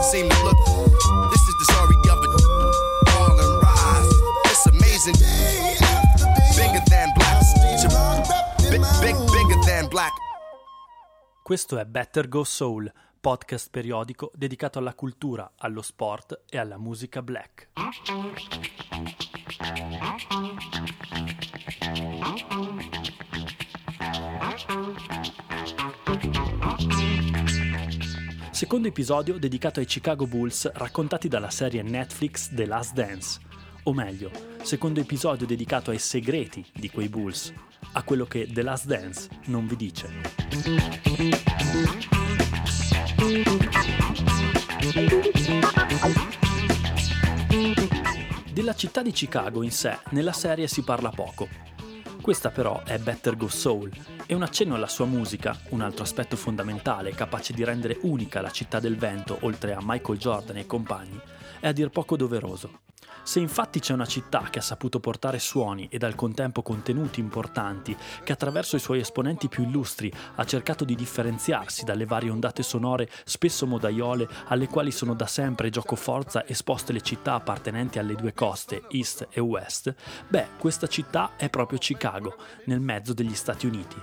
seem to look. This is the story of a fall and rise. It's amazing. Bigger than black. Bigger than black. Questo è Better Go Soul, podcast periodico dedicato alla cultura, allo sport e alla musica black. Secondo episodio dedicato ai Chicago Bulls raccontati dalla serie Netflix The Last Dance, o meglio, secondo episodio dedicato ai segreti di quei Bulls, a quello che The Last Dance non vi dice. Della città di Chicago in sé nella serie si parla poco. Questa però è Better Go Soul e un accenno alla sua musica, un altro aspetto fondamentale capace di rendere unica la città del vento oltre a Michael Jordan e compagni, è a dir poco doveroso. Se infatti c'è una città che ha saputo portare suoni ed al contempo contenuti importanti, che attraverso i suoi esponenti più illustri ha cercato di differenziarsi dalle varie ondate sonore, spesso modaiole, alle quali sono da sempre giocoforza esposte le città appartenenti alle due coste, East e West, questa città è proprio Chicago, nel mezzo degli Stati Uniti.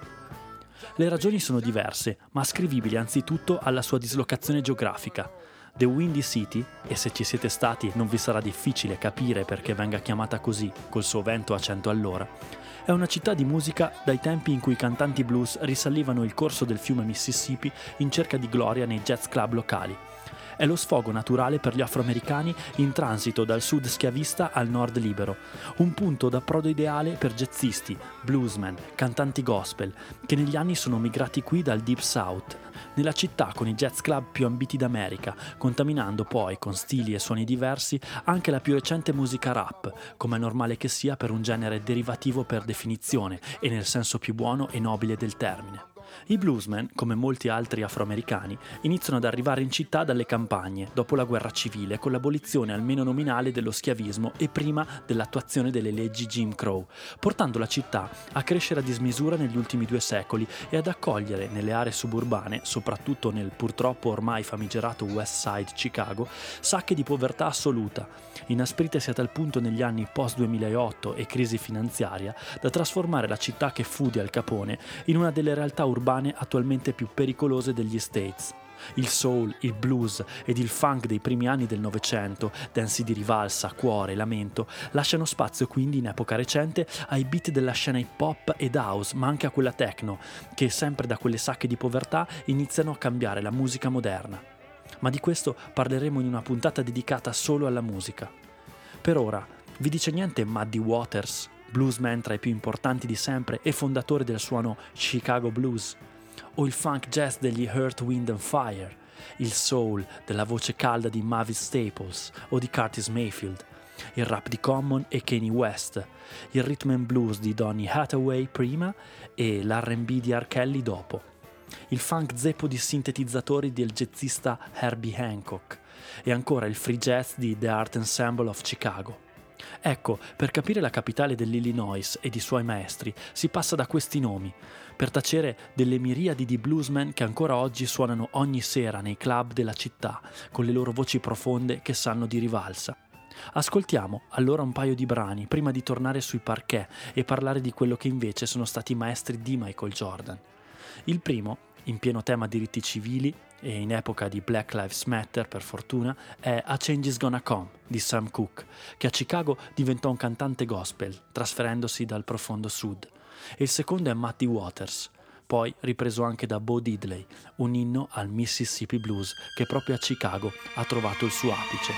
Le ragioni sono diverse, ma ascrivibili anzitutto alla sua dislocazione geografica. The Windy City, e se ci siete stati non vi sarà difficile capire perché venga chiamata così, col suo vento a 100 all'ora, è una città di musica dai tempi in cui i cantanti blues risalivano il corso del fiume Mississippi in cerca di gloria nei jazz club locali. È lo sfogo naturale per gli afroamericani in transito dal sud schiavista al nord libero, un punto d'approdo ideale per jazzisti, bluesmen, cantanti gospel, che negli anni sono migrati qui dal Deep South, nella città con i jazz club più ambiti d'America, contaminando poi con stili e suoni diversi anche la più recente musica rap, come è normale che sia per un genere derivativo per definizione e nel senso più buono e nobile del termine. I bluesmen, come molti altri afroamericani, iniziano ad arrivare in città dalle campagne, dopo la guerra civile, con l'abolizione almeno nominale dello schiavismo e prima dell'attuazione delle leggi Jim Crow, portando la città a crescere a dismisura negli ultimi 2 secoli e ad accogliere nelle aree suburbane, soprattutto nel purtroppo ormai famigerato West Side Chicago, sacche di povertà assoluta, inaspritesi a tal punto negli anni post-2008 e crisi finanziaria, da trasformare la città che fu di Al Capone in una delle realtà urbane attualmente più pericolose degli States. Il soul, il blues ed il funk dei primi anni del Novecento, densi di rivalsa, cuore e lamento, lasciano spazio quindi in epoca recente ai beat della scena hip hop ed house, ma anche a quella techno, che sempre da quelle sacche di povertà iniziano a cambiare la musica moderna. Ma di questo parleremo in una puntata dedicata solo alla musica. Per ora, vi dice niente Muddy Waters, bluesman tra i più importanti di sempre e fondatore del suono Chicago Blues, o il funk jazz degli Earth, Wind and Fire, il soul della voce calda di Mavis Staples o di Curtis Mayfield, il rap di Common e Kanye West, il rhythm and blues di Donny Hathaway prima e l'R&B di R. Kelly dopo, il funk zeppo di sintetizzatori del jazzista Herbie Hancock e ancora il free jazz di The Art Ensemble of Chicago. Ecco, per capire la capitale dell'Illinois ed i suoi maestri si passa da questi nomi, per tacere delle miriadi di bluesmen che ancora oggi suonano ogni sera nei club della città, con le loro voci profonde che sanno di rivalsa. Ascoltiamo allora un paio di brani prima di tornare sui parquet e parlare di quello che invece sono stati i maestri di Michael Jordan. Il primo, in pieno tema diritti civili e in epoca di Black Lives Matter per fortuna, è A Change Is Gonna Come di Sam Cooke, che a Chicago diventò un cantante gospel, trasferendosi dal profondo sud. E il secondo è Muddy Waters, poi ripreso anche da Bo Diddley, un inno al Mississippi Blues che proprio a Chicago ha trovato il suo apice.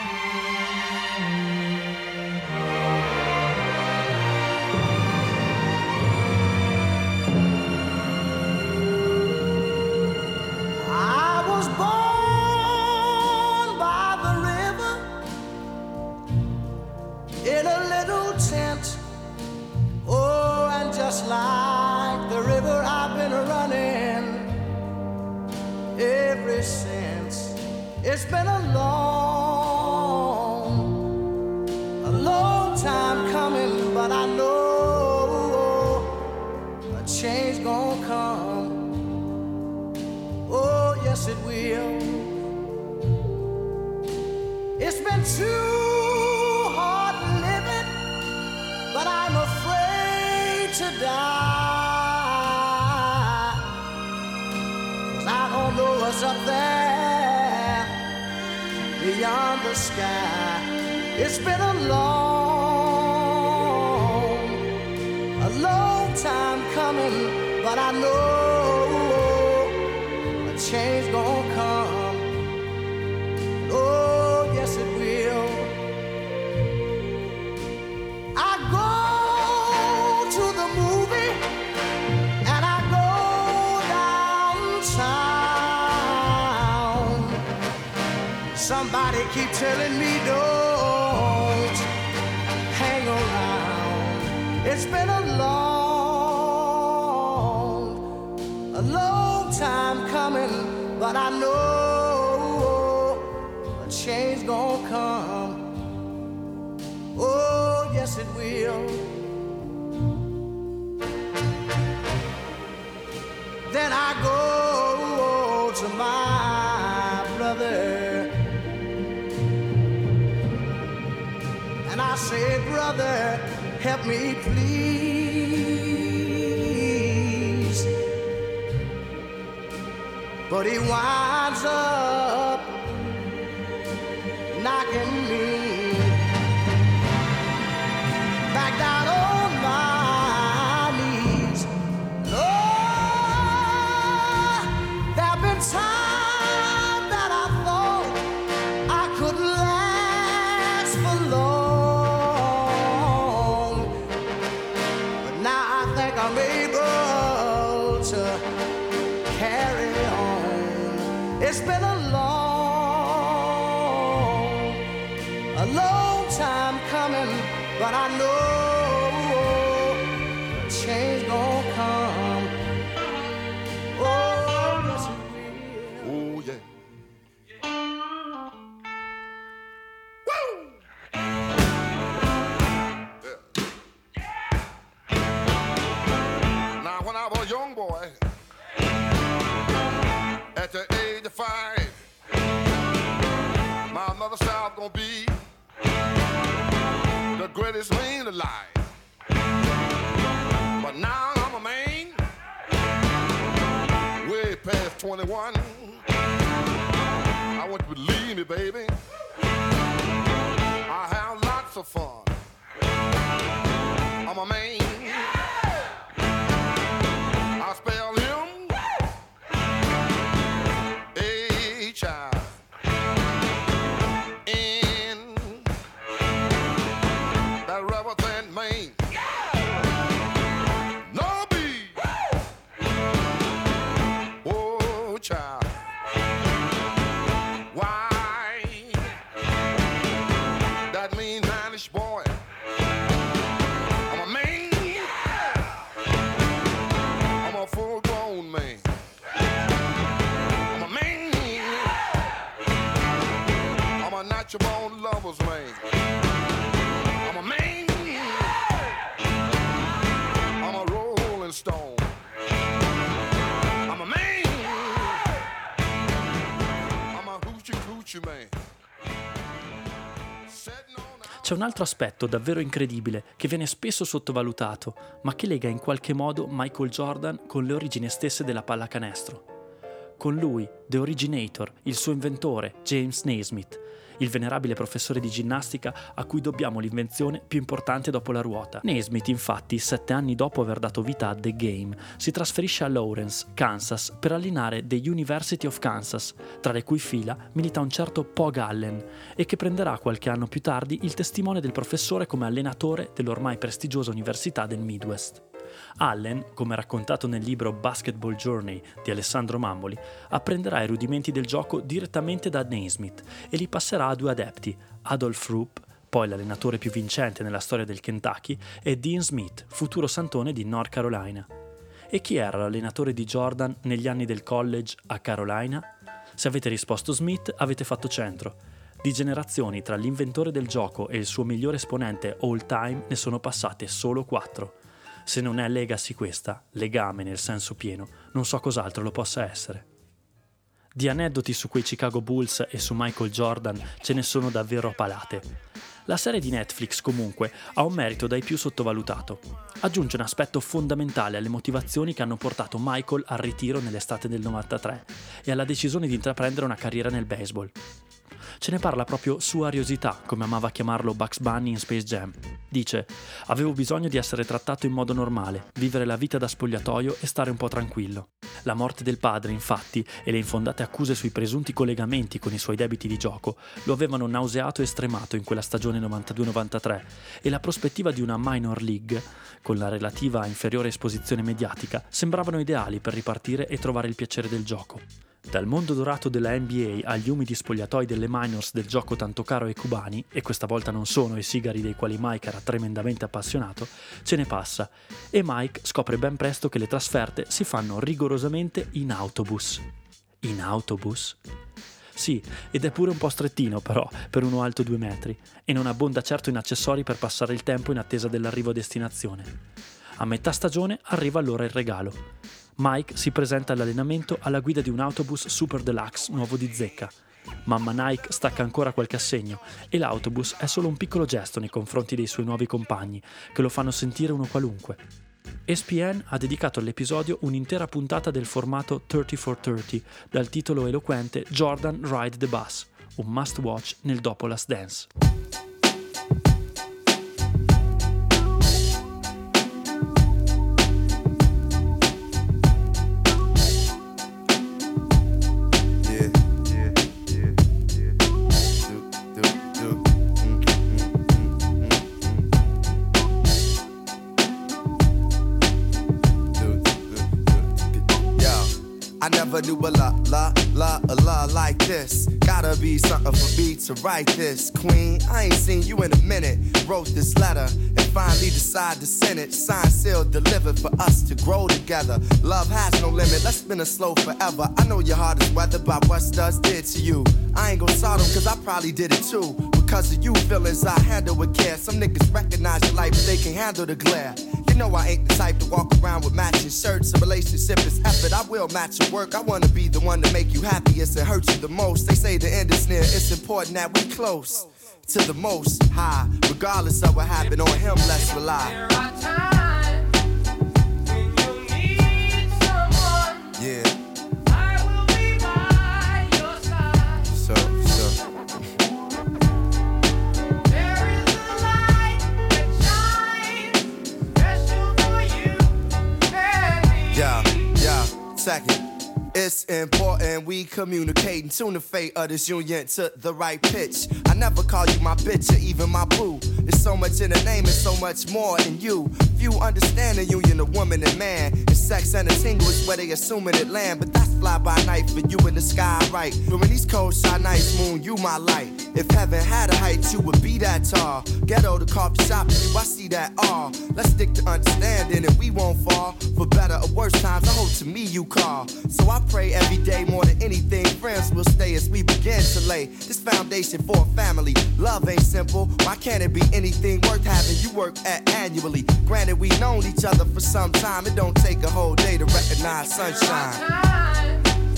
Just like the river, I've been running ever since. It's been a long time coming, but I know a change gonna come. Oh, yes it will. It's been too hard living, but I'm afraid to die. 'Cause I don't know what's up there beyond the sky. It's been a long time coming, but I know a change gonna come. Oh, yes it will. I go to the movie and I go downtown. Somebody keep telling me don't hang around. It's been a long time coming, but I know a change gonna come. Oh, yes it will. Then I go to my brother and I say, brother, help me please. But he winds up knocking me back down on my knees. Lord, there've been times that I thought I couldn't last for long, but now I think I'm able to carry on. It's been a long time coming, but I know a change gonna come. Oh, yes it will. Oh, yeah. Now, when I was a young boy, at the age of 5, my mother said I was gonna be the greatest man alive. But now I'm a man, way past 21. I want you to believe me, baby. I have lots of fun. I'm a man. I spell him H-I-N. That rubber band man. No B. Oh, child. Why? That mean mannish boy. I'm a man. I'm a full-grown man. I'm a man. I'm a natural-born lover's man. I'm a man. I'm a rolling stone. I'm a man. I'm a hoochie-coochie man. Sitting on the- C'è un altro aspetto davvero incredibile che viene spesso sottovalutato, ma che lega in qualche modo Michael Jordan con le origini stesse della pallacanestro. Con lui, The Originator, il suo inventore, James Naismith, il venerabile professore di ginnastica a cui dobbiamo l'invenzione più importante dopo la ruota. Naismith, infatti, 7 anni dopo aver dato vita a The Game, si trasferisce a Lawrence, Kansas, per allenare The University of Kansas, tra le cui fila milita un certo Pog Allen, e che prenderà qualche anno più tardi il testimone del professore come allenatore dell'ormai prestigiosa Università del Midwest. Allen, come raccontato nel libro Basketball Journey di Alessandro Mamboli, apprenderà i rudimenti del gioco direttamente da Naismith e li passerà a 2 adepti, Adolph Rupp, poi l'allenatore più vincente nella storia del Kentucky, e Dean Smith, futuro santone di North Carolina. E chi era l'allenatore di Jordan negli anni del college a Carolina? Se avete risposto Smith, avete fatto centro. Di generazioni tra l'inventore del gioco e il suo migliore esponente all time ne sono passate solo 4. Se non è legacy questa, legame nel senso pieno, non so cos'altro lo possa essere. Di aneddoti su quei Chicago Bulls e su Michael Jordan ce ne sono davvero a palate. La serie di Netflix, comunque, ha un merito dai più sottovalutato. Aggiunge un aspetto fondamentale alle motivazioni che hanno portato Michael al ritiro nell'estate del 93 e alla decisione di intraprendere una carriera nel baseball. Ce ne parla proprio su Ariosità, come amava chiamarlo Bugs Bunny in Space Jam. Dice: «Avevo bisogno di essere trattato in modo normale, vivere la vita da spogliatoio e stare un po' tranquillo». La morte del padre, infatti, e le infondate accuse sui presunti collegamenti con i suoi debiti di gioco lo avevano nauseato e stremato in quella stagione 92-93 e la prospettiva di una minor league, con la relativa inferiore esposizione mediatica, sembravano ideali per ripartire e trovare il piacere del gioco. Dal mondo dorato della NBA agli umidi spogliatoi delle minors del gioco tanto caro ai cubani, e questa volta non sono i sigari dei quali Mike era tremendamente appassionato, ce ne passa, e Mike scopre ben presto che le trasferte si fanno rigorosamente in autobus. In autobus? Sì, ed è pure un po' strettino però, per uno alto 2 metri, e non abbonda certo in accessori per passare il tempo in attesa dell'arrivo a destinazione. A metà stagione arriva allora il regalo. Mike si presenta all'allenamento alla guida di un autobus super deluxe nuovo di zecca. Mamma Nike stacca ancora qualche assegno e l'autobus è solo un piccolo gesto nei confronti dei suoi nuovi compagni, che lo fanno sentire uno qualunque. ESPN ha dedicato all'episodio un'intera puntata del formato 30 for 30 dal titolo eloquente Jordan Ride the Bus, un must watch nel dopo Last Dance. I never knew a love like this. Gotta be something for me to write this. Queen, I ain't seen you in a minute. Wrote this letter and finally decided to send it. Signed, sealed, delivered for us to grow together. Love has no limit, let's spin it slow forever. I know your heart is weathered by what studs did to you. I ain't gon' start them cause I probably did it too. Because of you, feelings I handle with care. Some niggas recognize your life but they can handle the glare. You know I ain't the type to walk around with matching shirts. A relationship is effort, I will match your work. I wanna be the one to make you happiest and hurt you the most. They say the end is near, it's important that we close to the most high. Regardless of what happened on him, let's rely. There are times when you need someone. Yeah. I will be by your side. So. There is a light that shines special for you and me. Yeah, second. It's important we communicate and tune the fate of this union to the right pitch. I never call you my bitch or even my boo. There's so much in the name and so much more in you. Few understand the union of woman and man. And sex and a tingle is where they assuming it land. But that's fly by night for you in the sky, right? During these cold shy nights, moon, you my light. If heaven had a height, you would be that tall. Ghetto, the coffee shop, you, I see that all. Let's stick to understanding and we won't fall. For better or worse times, I hope to me you call. So I pray every day more than anything, friends will stay as we begin to lay this foundation for a family. Love ain't simple, why can't it be anything worth having you work at annually? Granted, we known each other for some time, it don't take a whole day to recognize sunshine.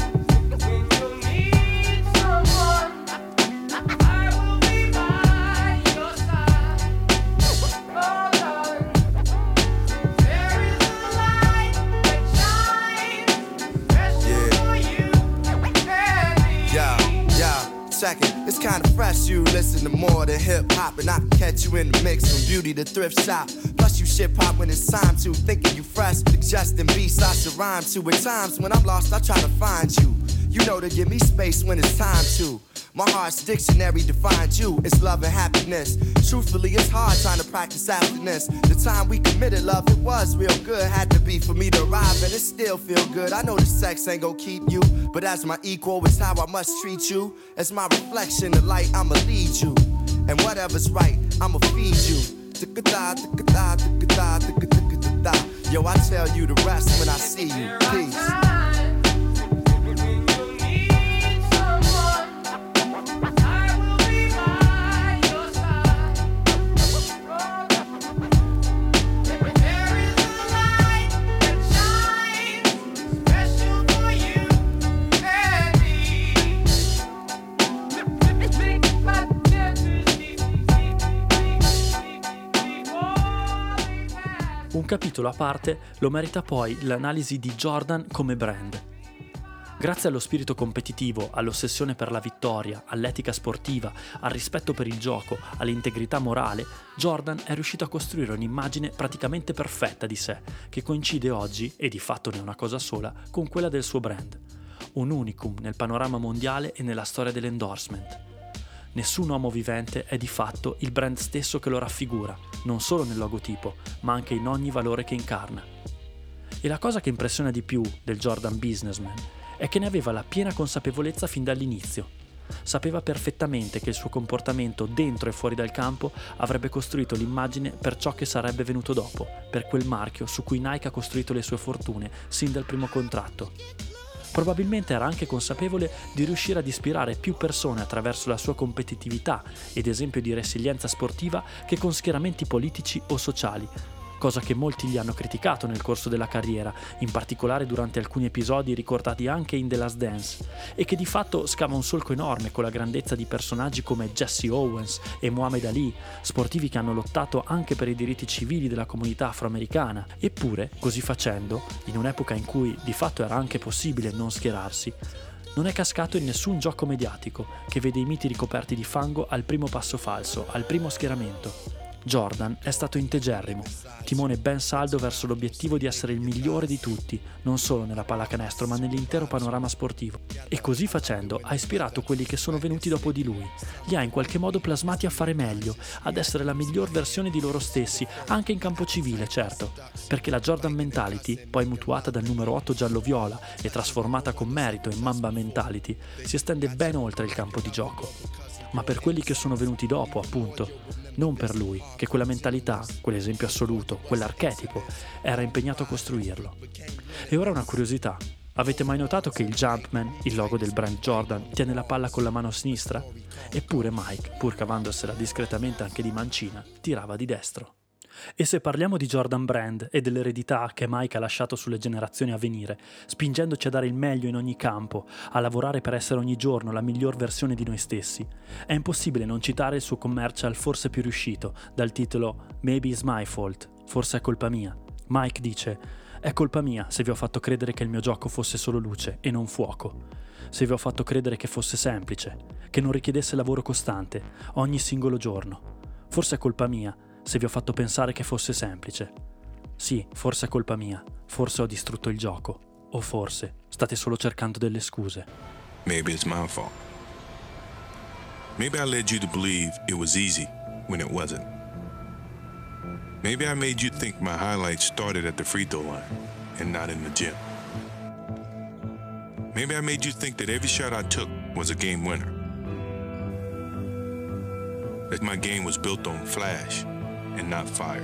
Second, it's kinda fresh, you listen to more than hip-hop. And I can catch you in the mix from beauty to thrift shop. Plus you shit pop when it's time to, thinking you fresh. Suggesting beats I should rhyme to. At times when I'm lost I try to find you. You know to give me space when it's time to. My heart's dictionary defines you, it's love and happiness. Truthfully, it's hard trying to practice happiness. The time we committed love, it was real good. Had to be for me to arrive and it still feel good. I know the sex ain't gon' keep you, but as my equal, it's how I must treat you. As my reflection, the light, I'ma lead you. And whatever's right, I'ma feed you. Yo, I tell you the rest when I see you. Peace. capitolo a parte lo merita poi l'analisi di Jordan come brand. Grazie allo spirito competitivo, all'ossessione per la vittoria, all'etica sportiva, al rispetto per il gioco, all'integrità morale, Jordan è riuscito a costruire un'immagine praticamente perfetta di sé, che coincide oggi, e di fatto ne è una cosa sola, con quella del suo brand. Un unicum nel panorama mondiale e nella storia dell'endorsement. Nessun uomo vivente è di fatto il brand stesso che lo raffigura, non solo nel logotipo, ma anche in ogni valore che incarna. E la cosa che impressiona di più del Jordan businessman è che ne aveva la piena consapevolezza fin dall'inizio. Sapeva perfettamente che il suo comportamento dentro e fuori dal campo avrebbe costruito l'immagine per ciò che sarebbe venuto dopo, per quel marchio su cui Nike ha costruito le sue fortune sin dal primo contratto. Probabilmente era anche consapevole di riuscire ad ispirare più persone attraverso la sua competitività ed esempio di resilienza sportiva che con schieramenti politici o sociali, cosa che molti gli hanno criticato nel corso della carriera, in particolare durante alcuni episodi ricordati anche in The Last Dance, e che di fatto scava un solco enorme con la grandezza di personaggi come Jesse Owens e Muhammad Ali, sportivi che hanno lottato anche per i diritti civili della comunità afroamericana. Eppure, così facendo, in un'epoca in cui di fatto era anche possibile non schierarsi, non è cascato in nessun gioco mediatico che vede i miti ricoperti di fango al primo passo falso, al primo schieramento. Jordan è stato integerrimo, timone ben saldo verso l'obiettivo di essere il migliore di tutti, non solo nella pallacanestro ma nell'intero panorama sportivo. E così facendo ha ispirato quelli che sono venuti dopo di lui, li ha in qualche modo plasmati a fare meglio, ad essere la miglior versione di loro stessi, anche in campo civile, certo, perché la Jordan Mentality, poi mutuata dal numero 8 giallo-viola e trasformata con merito in Mamba Mentality, si estende ben oltre il campo di gioco. Ma per quelli che sono venuti dopo, appunto, non per lui, che quella mentalità, quell'esempio assoluto, quell'archetipo, era impegnato a costruirlo. E ora una curiosità. Avete mai notato che il Jumpman, il logo del brand Jordan, tiene la palla con la mano sinistra? Eppure Mike, pur cavandosela discretamente anche di mancina, tirava di destro. E se parliamo di Jordan Brand e dell'eredità che Mike ha lasciato sulle generazioni a venire, spingendoci a dare il meglio in ogni campo, a lavorare per essere ogni giorno la miglior versione di noi stessi, è impossibile non citare il suo commercial forse più riuscito, dal titolo Maybe it's my fault, forse è colpa mia. Mike dice: è colpa mia se vi ho fatto credere che il mio gioco fosse solo luce e non fuoco, se vi ho fatto credere che fosse semplice, che non richiedesse lavoro costante, ogni singolo giorno. Forse è colpa mia se vi ho fatto pensare che fosse semplice. Sì, forse è colpa mia, forse ho distrutto il gioco, o forse state solo cercando delle scuse. Maybe it's my fault. Maybe I led you to believe it was easy when it wasn't. Maybe I made you think my highlights started at the free throw line and not in the gym. Maybe I made you think that every shot I took was a game winner. That my game was built on flash and not fire.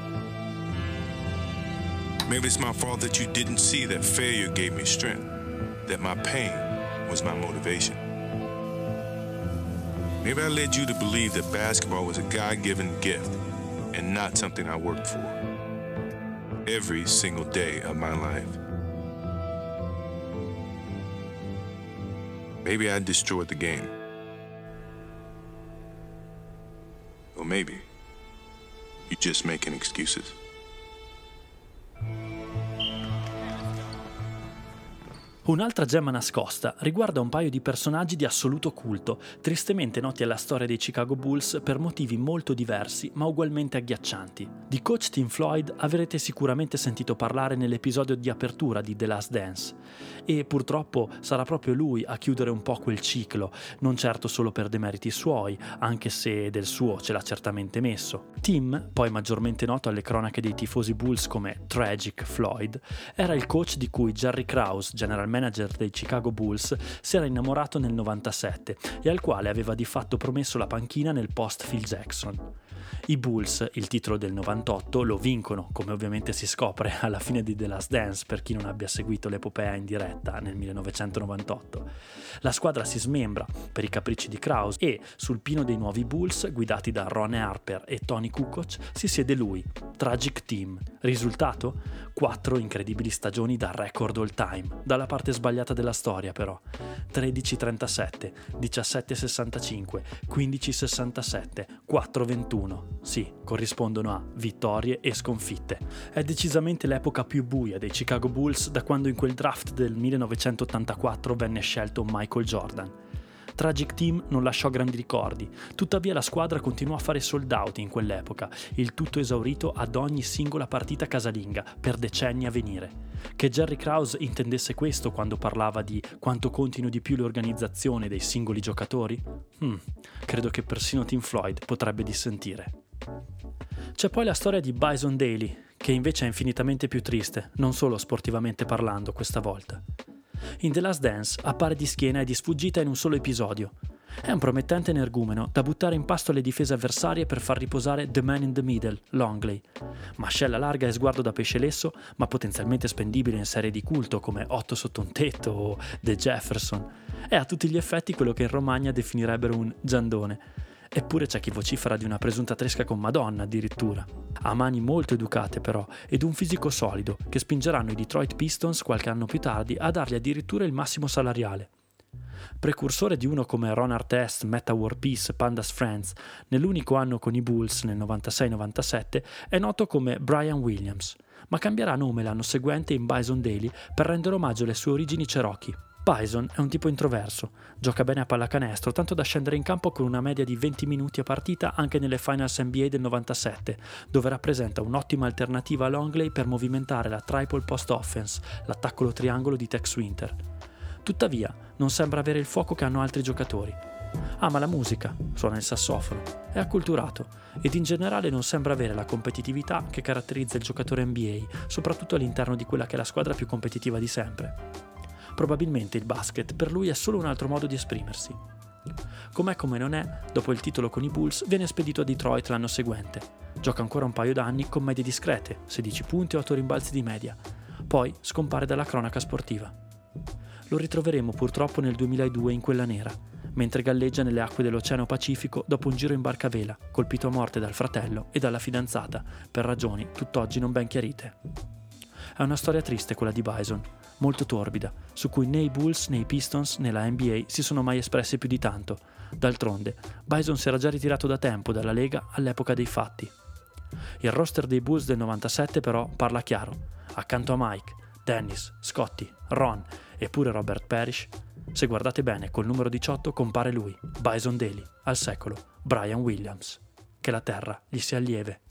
Maybe it's my fault that you didn't see that failure gave me strength, that my pain was my motivation. Maybe I led you to believe that basketball was a God-given gift and not something I worked for every single day of my life. Maybe I destroyed the game. Or maybe you're just making excuses. Un'altra gemma nascosta riguarda un paio di personaggi di assoluto culto, tristemente noti alla storia dei Chicago Bulls per motivi molto diversi ma ugualmente agghiaccianti. Di coach Tim Floyd avrete sicuramente sentito parlare nell'episodio di apertura di The Last Dance, e purtroppo sarà proprio lui a chiudere un po' quel ciclo, non certo solo per demeriti suoi, anche se del suo ce l'ha certamente messo. Tim, poi maggiormente noto alle cronache dei tifosi Bulls come Tragic Floyd, era il coach di cui Jerry Krause, general manager dei Chicago Bulls, si era innamorato nel 97 e al quale aveva di fatto promesso la panchina nel post Phil Jackson. I Bulls, il titolo del 98, lo vincono, come ovviamente si scopre alla fine di The Last Dance per chi non abbia seguito l'epopea in diretta nel 1998. La squadra si smembra per i capricci di Krause e sul pino dei nuovi Bulls, guidati da Ron Harper e Tony Kukoc, si siede lui, Tragic Tim. Risultato? 4 incredibili stagioni da record all time, dalla parte sbagliata della storia però. 13-37, 17-65, 15-67, 4-21. 0. Sì, corrispondono a vittorie e sconfitte. È decisamente l'epoca più buia dei Chicago Bulls da quando in quel draft del 1984 venne scelto Michael Jordan. Tragic Team non lasciò grandi ricordi, tuttavia la squadra continuò a fare sold out in quell'epoca, il tutto esaurito ad ogni singola partita casalinga per decenni a venire. Che Jerry Krause intendesse questo quando parlava di quanto contino di più l'organizzazione dei singoli giocatori? Credo che persino Tim Floyd potrebbe dissentire. C'è poi la storia di Bison Daly, che invece è infinitamente più triste, non solo sportivamente parlando questa volta. In The Last Dance appare di schiena e di sfuggita in un solo episodio. È un promettente energumeno da buttare in pasto alle difese avversarie per far riposare The Man in the Middle, Longley. Mascella larga e sguardo da pesce lesso, ma potenzialmente spendibile in serie di culto come 8 sotto un tetto o The Jefferson. È a tutti gli effetti quello che in Romagna definirebbero un giandone. Eppure c'è chi vocifera di una presunta tresca con Madonna addirittura. Ha mani molto educate però ed un fisico solido che spingeranno i Detroit Pistons qualche anno più tardi a dargli addirittura il massimo salariale. Precursore di uno come Ron Artest, Metta War Peace, Pandas Friends, nell'unico anno con i Bulls nel 96-97 è noto come Brian Williams, ma cambierà nome l'anno seguente in Bison Daly per rendere omaggio alle sue origini Cherokee. Bison è un tipo introverso, gioca bene a pallacanestro tanto da scendere in campo con una media di 20 minuti a partita anche nelle Finals NBA del 97, dove rappresenta un'ottima alternativa a Longley per movimentare la triple post offense, l'attacco triangolo di Tex Winter. Tuttavia, non sembra avere il fuoco che hanno altri giocatori. Ama la musica, suona il sassofono, è acculturato ed in generale non sembra avere la competitività che caratterizza il giocatore NBA, soprattutto all'interno di quella che è la squadra più competitiva di sempre. Probabilmente il basket per lui è solo un altro modo di esprimersi. Com'è come non è, dopo il titolo con i Bulls viene spedito a Detroit l'anno seguente. Gioca ancora un paio d'anni con medie discrete, 16 punti e 8 rimbalzi di media. Poi scompare dalla cronaca sportiva. Lo ritroveremo purtroppo nel 2002 in quella nera, mentre galleggia nelle acque dell'Oceano Pacifico dopo un giro in barca a vela, colpito a morte dal fratello e dalla fidanzata, per ragioni tutt'oggi non ben chiarite. È una storia triste quella di Bison, molto torbida, su cui né i Bulls né i Pistons né la NBA si sono mai espressi più di tanto. D'altronde, Bison si era già ritirato da tempo dalla Lega all'epoca dei fatti. Il roster dei Bulls del 97 però parla chiaro. Accanto a Mike, Dennis, Scotty, Ron e pure Robert Parrish, se guardate bene col numero 18 compare lui, Bison Daly, al secolo, Brian Williams. Che la terra gli sia lieve.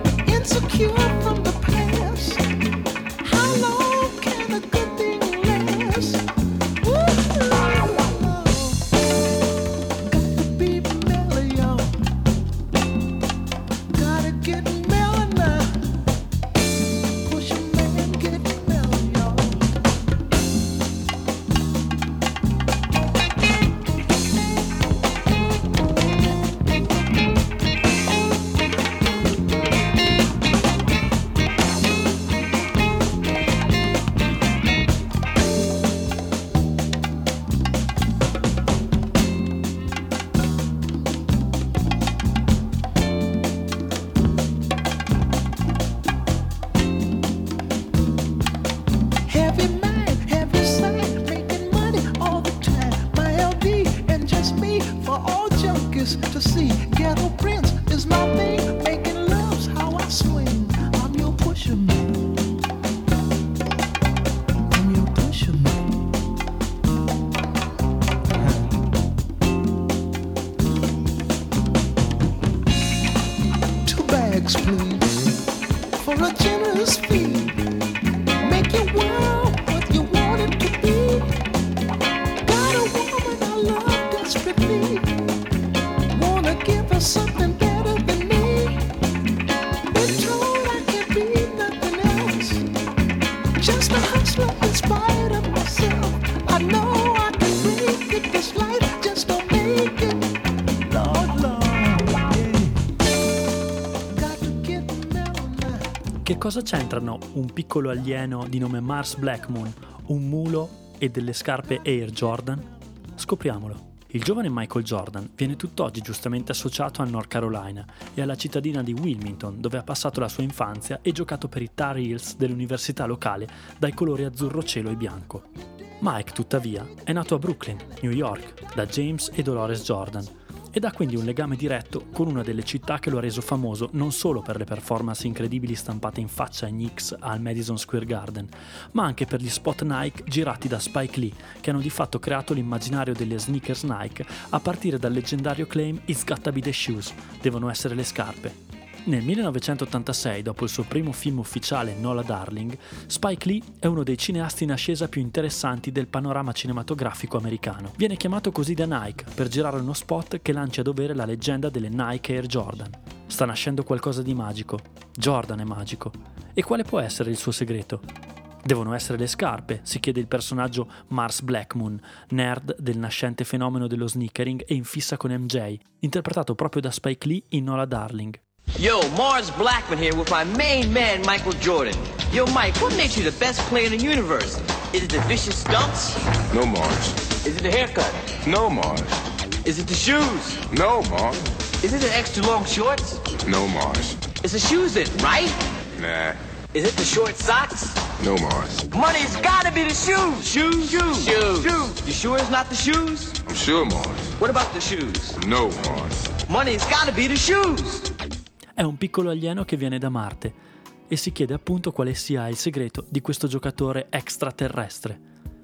Insecure from the past. How long can a good thing last? Heavy mind, heavy side, making money all the time. My LD and just me for all junkies to see. Ghetto Prince is my thing, making love's how I swing. I'm your pusher man. I'm your pusher man. 2 bags, please, for a generous fee. Make your world what you want it to be. Got a woman I love desperately. Wanna give her something better than me. Been told I can't be nothing else. Just a hustler in spite of myself. I know I can make it. This life just don't make it. Lord, Lord, yeah. Got to get mellow now. Che cosa c'entrano un piccolo alieno di nome Mars Blackmoon, un mulo e delle scarpe Air Jordan? Scopriamolo. Il giovane Michael Jordan viene tutt'oggi giustamente associato al North Carolina e alla cittadina di Wilmington, dove ha passato la sua infanzia e giocato per i Tar Heels dell'università locale dai colori azzurro cielo e bianco. Mike, tuttavia, è nato a Brooklyn, New York, da James e Dolores Jordan, ed ha quindi un legame diretto con una delle città che lo ha reso famoso non solo per le performance incredibili stampate in faccia ai Knicks al Madison Square Garden, ma anche per gli spot Nike girati da Spike Lee, che hanno di fatto creato l'immaginario delle sneakers Nike a partire dal leggendario claim "It's gotta be the shoes", devono essere le scarpe. Nel 1986, dopo il suo primo film ufficiale Nola Darling, Spike Lee è uno dei cineasti in ascesa più interessanti del panorama cinematografico americano. Viene chiamato così da Nike per girare uno spot che lancia a dovere la leggenda delle Nike Air Jordan. Sta nascendo qualcosa di magico. Jordan è magico. E quale può essere il suo segreto? Devono essere le scarpe, si chiede il personaggio Mars Blackmoon, nerd del nascente fenomeno dello sneakering e in fissa con MJ, interpretato proprio da Spike Lee in Nola Darling. Yo, Mars Blackman here with my main man, Michael Jordan. Yo, Mike, what makes you the best player in the universe? Is it the vicious dunks? No, Mars. Is it the haircut? No, Mars. Is it the shoes? No, Mars. Is it the extra long shorts? No, Mars. It's the shoes then, right? Nah. Is it the short socks? No, Mars. Money's gotta be the shoes. Shoes? Shoes. Shoes. Shoes. You sure it's not the shoes? I'm sure, Mars. What about the shoes? No, Mars. Money's gotta be the shoes. È un piccolo alieno che viene da Marte e si chiede appunto quale sia il segreto di questo giocatore extraterrestre.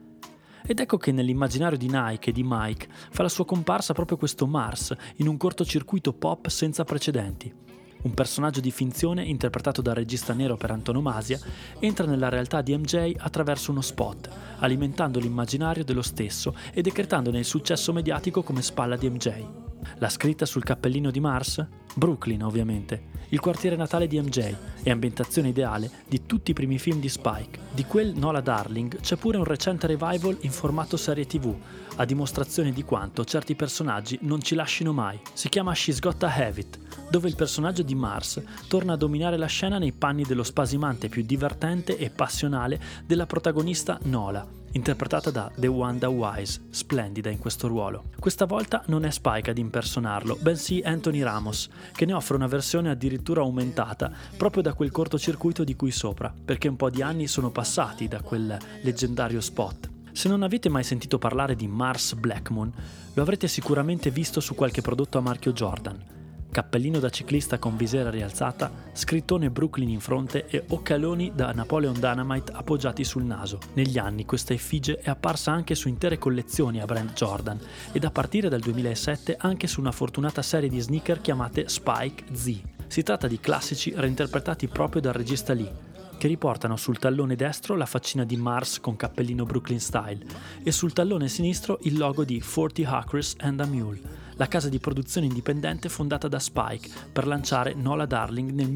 Ed ecco che nell'immaginario di Nike e di Mike fa la sua comparsa proprio questo Mars in un cortocircuito pop senza precedenti. Un personaggio di finzione interpretato dal regista nero per antonomasia entra nella realtà di MJ attraverso uno spot, alimentando l'immaginario dello stesso e decretandone il successo mediatico come spalla di MJ. La scritta sul cappellino di Mars? Brooklyn, ovviamente, il quartiere natale di MJ e ambientazione ideale di tutti i primi film di Spike. Di quel Nola Darling c'è pure un recente revival in formato serie TV, a dimostrazione di quanto certi personaggi non ci lascino mai. Si chiama She's Gotta Have It, dove il personaggio di Mars torna a dominare la scena nei panni dello spasimante più divertente e passionale della protagonista Nola, interpretata da The Wanda Wise, splendida in questo ruolo. Questa volta non è Spike ad impersonarlo, bensì Anthony Ramos, che ne offre una versione addirittura aumentata proprio da quel cortocircuito di cui sopra, perché un po' di anni sono passati da quel leggendario spot. Se non avete mai sentito parlare di Mars Blackmoon, lo avrete sicuramente visto su qualche prodotto a marchio Jordan. Cappellino da ciclista con visiera rialzata, scrittone Brooklyn in fronte e occhialoni da Napoleon Dynamite appoggiati sul naso. Negli anni questa effigie è apparsa anche su intere collezioni a brand Jordan ed a partire dal 2007 anche su una fortunata serie di sneaker chiamate Spike Z. Si tratta di classici reinterpretati proprio dal regista Lee, che riportano sul tallone destro la faccina di Mars con cappellino Brooklyn style e sul tallone sinistro il logo di 40 Acres and a Mule, la casa di produzione indipendente fondata da Spike per lanciare Nola Darling nel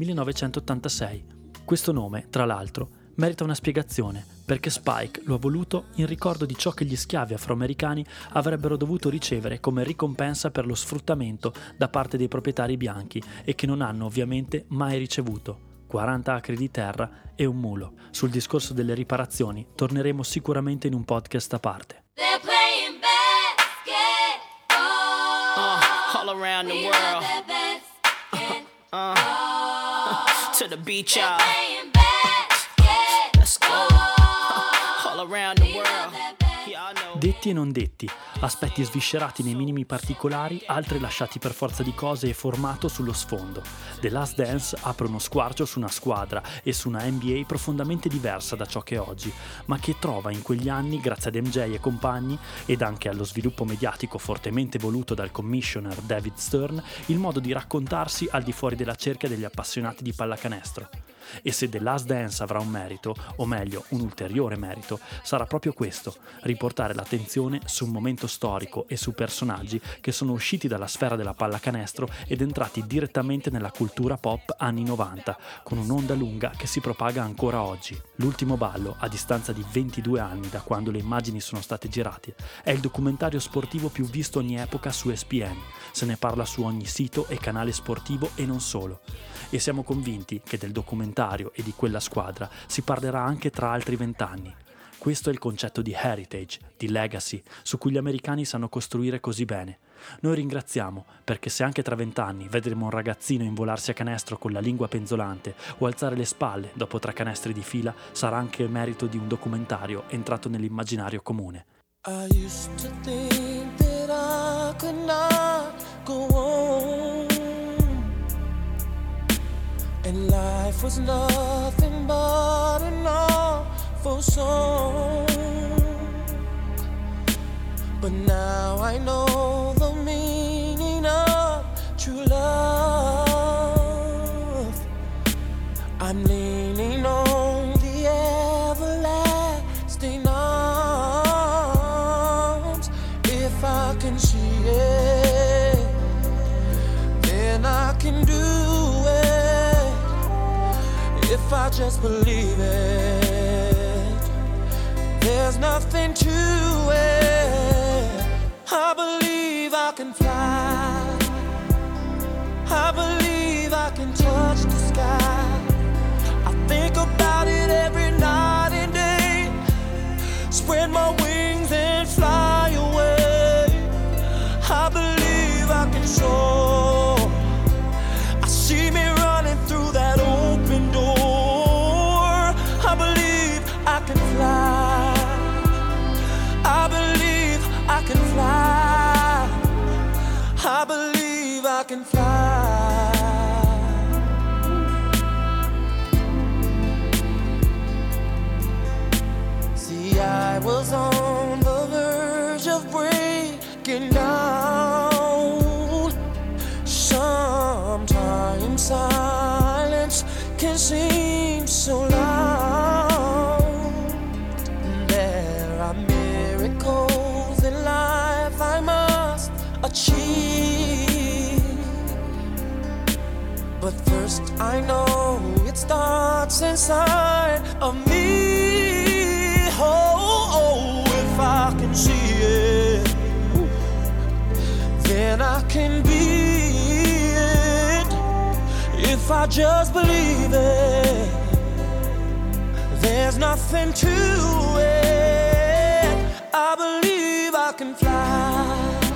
1986. Questo nome, tra l'altro, merita una spiegazione, perché Spike lo ha voluto in ricordo di ciò che gli schiavi afroamericani avrebbero dovuto ricevere come ricompensa per lo sfruttamento da parte dei proprietari bianchi e che non hanno ovviamente mai ricevuto: 40 acri di terra e un mulo. Sul discorso delle riparazioni torneremo sicuramente in un podcast a parte. They're playing basketball. All around the We world. love that basketball. To the beach, They're y'all. playing basketball. Let's go. around the world. Y'all know. Detti e non detti, aspetti sviscerati nei minimi particolari, altri lasciati per forza di cose e formato sullo sfondo. The Last Dance apre uno squarcio su una squadra e su una NBA profondamente diversa da ciò che è oggi, ma che trova in quegli anni, grazie ad MJ e compagni, ed anche allo sviluppo mediatico fortemente voluto dal commissioner David Stern, il modo di raccontarsi al di fuori della cerchia degli appassionati di pallacanestro. E se The Last Dance avrà un merito, o meglio un ulteriore merito, sarà proprio questo, riportare l'attenzione su un momento storico e su personaggi che sono usciti dalla sfera della pallacanestro ed entrati direttamente nella cultura pop anni 90, con un'onda lunga che si propaga ancora oggi. L'ultimo ballo, a distanza di 22 anni da quando le immagini sono state girate, è il documentario sportivo più visto ogni epoca su ESPN, se ne parla su ogni sito e canale sportivo e non solo. E siamo convinti che del documentario e di quella squadra si parlerà anche tra altri 20 anni. Questo è il concetto di heritage, di legacy, su cui gli americani sanno costruire così bene. Noi ringraziamo, perché se anche tra 20 anni vedremo un ragazzino involarsi a canestro con la lingua penzolante o alzare le spalle dopo 3 canestri di fila, sarà anche merito di un documentario entrato nell'immaginario comune. I used to think that I could not go on, and life was nothing but an awful song. But now I know the meaning of true love. I'm leaning on the everlasting arms. If I can see it, then I can do it. If I just believe it, there's nothing to it. I believe I can fly. I believe I can touch the sky. I think about it every night and day. Spread my wings and fly away. I believe I can soar. I see me running through that open door. I believe I can fly. I believe I can fly. I believe I can fly. See, I was on the verge of breaking down. Sometimes silence can seem so loud. There are miracles in life I must achieve. But first I know it starts inside of me. Oh, if I can see it, then I can be it. If I just believe it, there's nothing to it. I believe I can fly.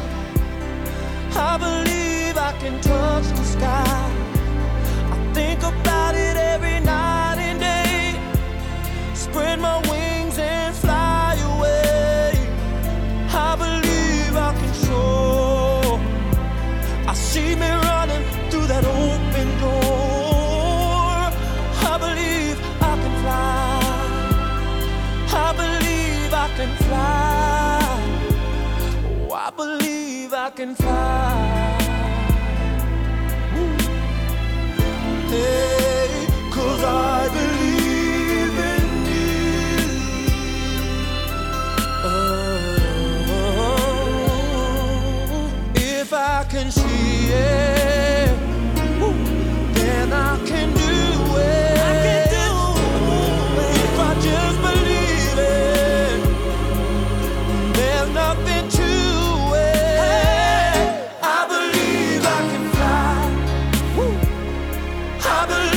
I believe I can touch the sky. I think about it every night and day. Spread my wings and fly away. I believe I can soar. I see me running through that open door. I believe I can fly. I believe I can fly. Oh, I believe I can fly. Hey, 'cause I believe in you. Oh, if I can see it, then I can do it. I can do it. If I just believe it, there's nothing to it. I believe I can fly. I believe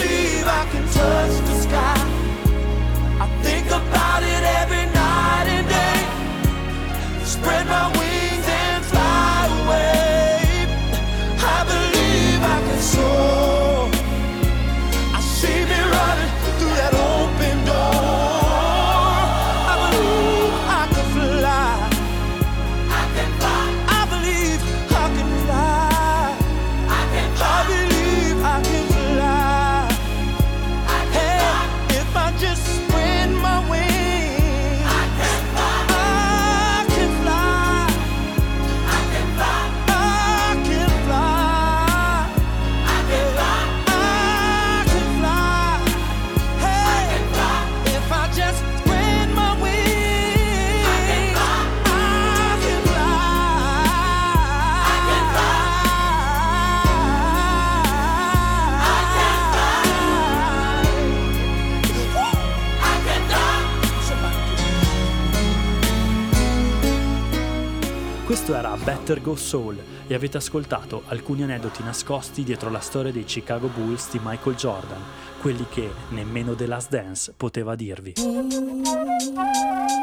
Questo era Better Go Soul e avete ascoltato alcuni aneddoti nascosti dietro la storia dei Chicago Bulls di Michael Jordan, quelli che nemmeno The Last Dance poteva dirvi.